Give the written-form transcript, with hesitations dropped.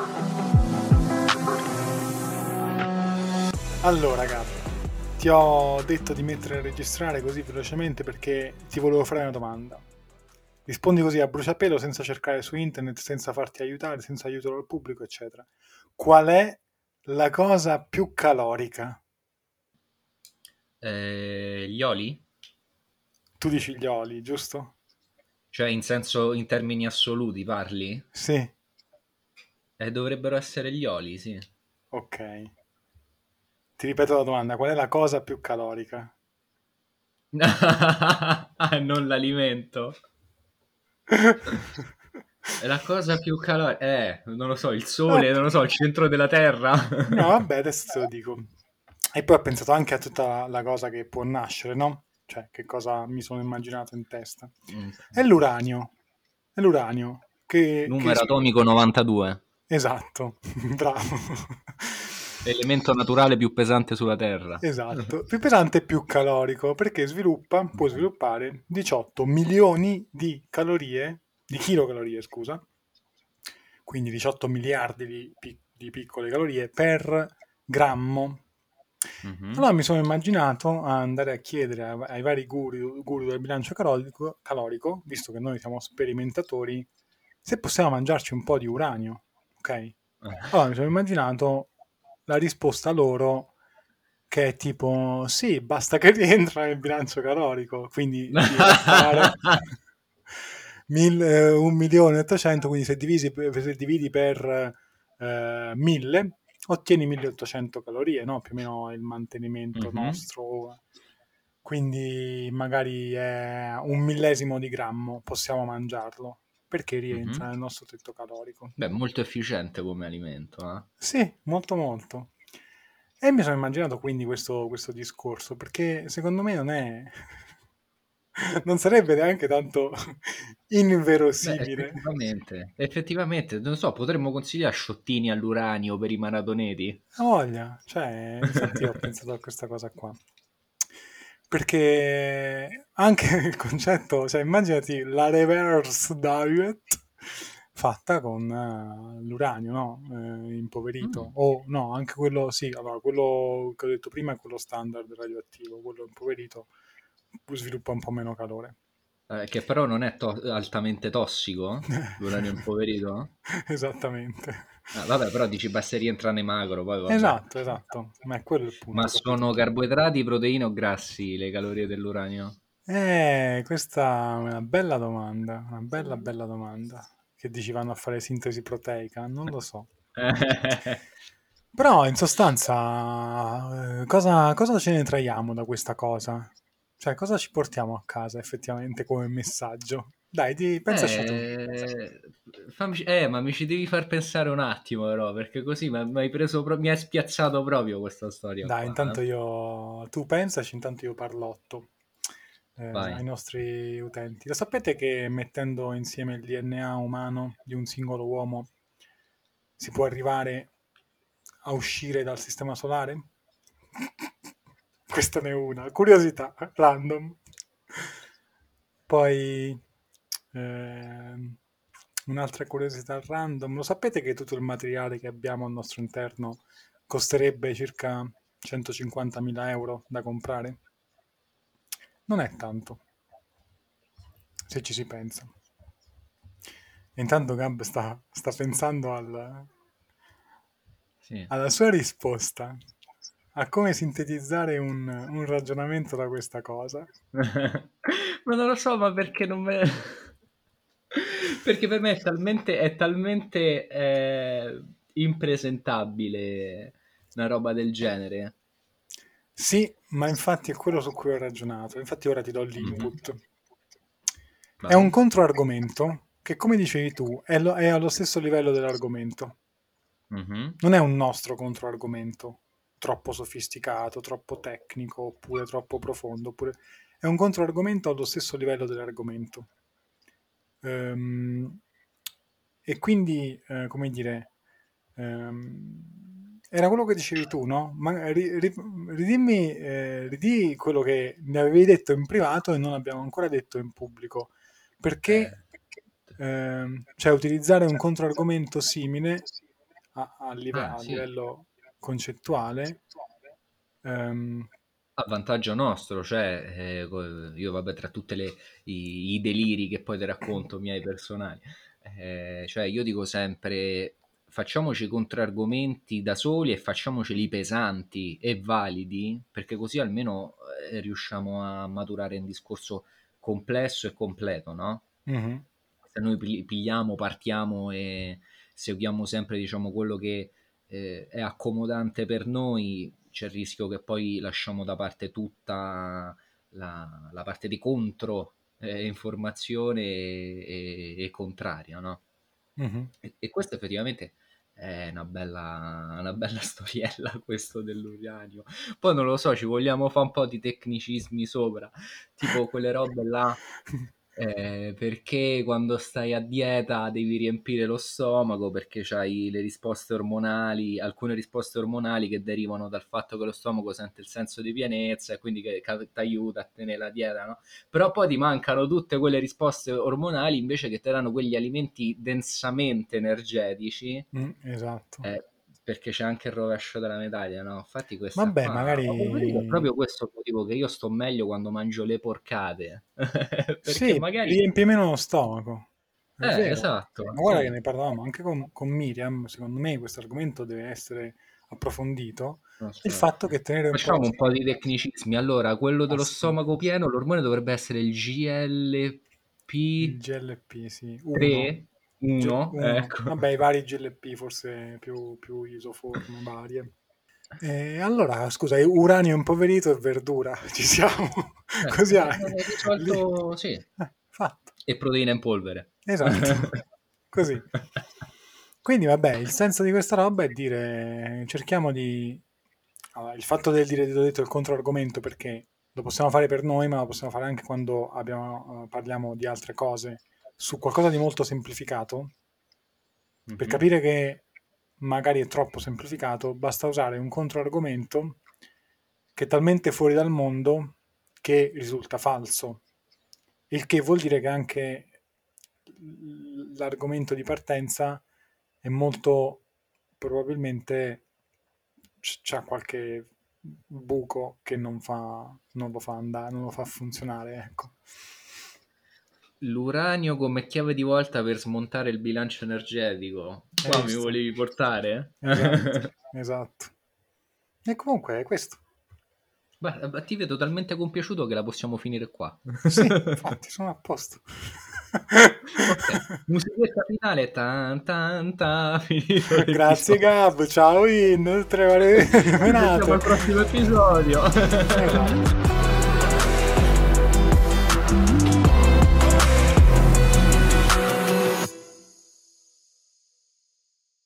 Allora, Gab, ti ho detto di mettere a registrare così velocemente perché ti volevo fare una domanda. Rispondi così a bruciapelo, senza cercare su internet, senza farti aiutare, senza aiuto dal pubblico, eccetera. Qual è la cosa più calorica? Gli oli? Tu dici gli oli, giusto? Cioè in senso, in termini assoluti parli? Sì, Dovrebbero essere gli oli, sì. ok. Ti ripeto la domanda, qual è la cosa più calorica? Ah, non l'alimento. È la cosa più calorica. Non lo so, il Ah, sole, non lo so, il centro della Terra. no, vabbè, adesso te lo dico. E poi ho pensato anche a tutta la cosa che può nascere, no? Cioè, che cosa mi sono immaginato in testa. Ok. È l'uranio. È l'uranio. Numero atomico 92. Esatto, bravo. Elemento naturale più pesante sulla Terra. Esatto. Più pesante e più calorico, perché può sviluppare 18 milioni di calorie, di kilocalorie, scusa, quindi 18 miliardi di piccole calorie per grammo. Mhm. Allora mi sono immaginato a andare a chiedere ai vari guru del bilancio calorico, visto che noi siamo sperimentatori, se possiamo mangiarci un po' di uranio, ok? Allora mi sono immaginato la risposta loro che è tipo sì, basta che rientra nel bilancio calorico, quindi ti fa fare 1.800.000, quindi se dividi per 1.000 ottieni 1.800 calorie, no? Più o meno il mantenimento Mhm. nostro. Quindi magari è un millesimo di grammo, possiamo mangiarlo, perché rientra Mhm. nel nostro tetto calorico. Beh, molto efficiente come alimento, eh? Sì, molto molto. E mi sono immaginato quindi questo discorso, perché secondo me non è... non sarebbe neanche tanto Beh, inverosimile. effettivamente, non so, potremmo consigliare sciottini all'uranio per i maratoneti? Ha voglia, cioè, infatti ho pensato a questa cosa qua. Perché anche il concetto, cioè immaginati la reverse diet fatta con l'uranio, no? Impoverito. Mm. O no, anche quello, sì, allora quello che ho detto prima è quello standard radioattivo, quello impoverito sviluppa un po' meno calore. Che però non è altamente tossico, l'uranio impoverito? Esattamente. Vabbè, però dici basta rientra nei macro, poi vabbè. Esatto, esatto, ma è quello il Ma punto, capito? sono carboidrati, proteine o grassi le calorie dell'uranio? Questa è una bella domanda, una bella bella domanda. Che dici vanno a fare sintesi proteica? Non lo so. Però in sostanza, cosa ce ne traiamo da questa cosa? Cioè, cosa ci portiamo a casa effettivamente come messaggio? Dai, pensaci tu. Eh, ma mi ci devi far pensare un attimo, però, perché così mi hai preso mi hai spiazzato proprio questa storia Dai, qua. intanto tu pensaci, intanto io parlotto ai Vai. nostri utenti. Lo sapete che mettendo insieme il DNA umano di un singolo uomo si può arrivare a uscire dal sistema solare? Questa ne è una, curiosità, random. Poi ehm, un'altra curiosità random, lo sapete che tutto il materiale che abbiamo al nostro interno costerebbe circa 150.000 euro da comprare? Non è tanto, se ci si pensa. E intanto Gab sta pensando Sì. alla sua risposta, a come sintetizzare un ragionamento da questa cosa. Ma non lo so, ma perché non me... Perché per me è talmente impresentabile una roba del genere. Sì, ma infatti è quello su cui ho ragionato. Infatti ora ti do Mhm. l'input. È un Vai. controargomento che, come dicevi tu, è allo stesso livello dell'argomento. Mhm. Non è un nostro controargomento troppo sofisticato, troppo tecnico, oppure troppo profondo, è un controargomento allo stesso livello dell'argomento. Ehm, e quindi, come dire, era quello che dicevi tu, no? Ma ridì quello che ne avevi detto in privato e non abbiamo ancora detto in pubblico. Eh, Perché, cioè, utilizzare un controargomento simile a Sì. livello concettuale. Ehm, A vantaggio nostro, cioè, io vabbè, tra tutte i deliri che poi ti racconto, miei personali, cioè io dico sempre, facciamoci controargomenti da soli e facciamoceli pesanti e validi, perché così almeno riusciamo a maturare un discorso complesso e completo, no? mhm, Se noi pigliamo, partiamo e seguiamo sempre, diciamo, quello che è accomodante per noi, c'è il rischio che poi lasciamo da parte tutta la parte di contro informazione e contraria, no? mhm. E questo effettivamente è una bella storiella, questo dell'uranio. Poi non lo so, ci vogliamo fare un po' di tecnicismi sopra, tipo quelle robe là, perché quando stai a dieta devi riempire lo stomaco perché c'hai le risposte ormonali, alcune risposte ormonali che derivano dal fatto che lo stomaco sente il senso di pienezza e quindi che ti aiuta a tenere la dieta, no? Però poi ti mancano tutte quelle risposte ormonali invece che ti danno quegli alimenti densamente energetici, Esatto. eh, perché c'è anche il rovescio della medaglia, no? Infatti questa Vabbè, qua, ma poverino, è magari proprio questo il motivo che io sto meglio quando mangio le porcate, perché sì, magari... riempie meno lo stomaco. È vero. Esatto, Ma guarda che sì. ne parlavamo anche con Miriam, secondo me questo argomento deve essere approfondito. Il Aspetta. fatto che tenere un po' lo Facciamo un po' stomaco. di tecnicismi. Allora, quello Ah dello sì, stomaco pieno, l'ormone dovrebbe essere il il GLP3, GLP, sì, 1. 1, 1. ecco. Vabbè, i vari GLP, forse più isoforme varie. Allora, scusa, uranio impoverito e verdura, ci siamo? Così hai lì. Risolto, sì. Fatto. E proteina in polvere. Esatto. Così. Quindi, vabbè, il senso di questa roba è dire, cerchiamo di... Allora, il fatto del dire, ti ho detto, il controargomento, perché lo possiamo fare per noi, ma lo possiamo fare anche quando parliamo di altre cose, su qualcosa di molto semplificato. Per Mhm. capire che magari è troppo semplificato, basta usare un controargomento che è talmente fuori dal mondo che risulta falso, il che vuol dire che anche l'argomento di partenza è molto probabilmente c'ha qualche buco che non lo fa andare, non lo fa funzionare, ecco. L'uranio come chiave di volta per smontare il bilancio energetico. Hai Qua mi visto? volevi portare? Esatto, esatto. E comunque è questo. Beh, ti vedo talmente compiaciuto che la possiamo finire qua. Sì, infatti, sono a posto. Ok, musichetta finale. Tan, tan, tan, finito Grazie l'episodio. Gab, ciao In, tre ore Ci sentiamo al menate. prossimo episodio. Esatto.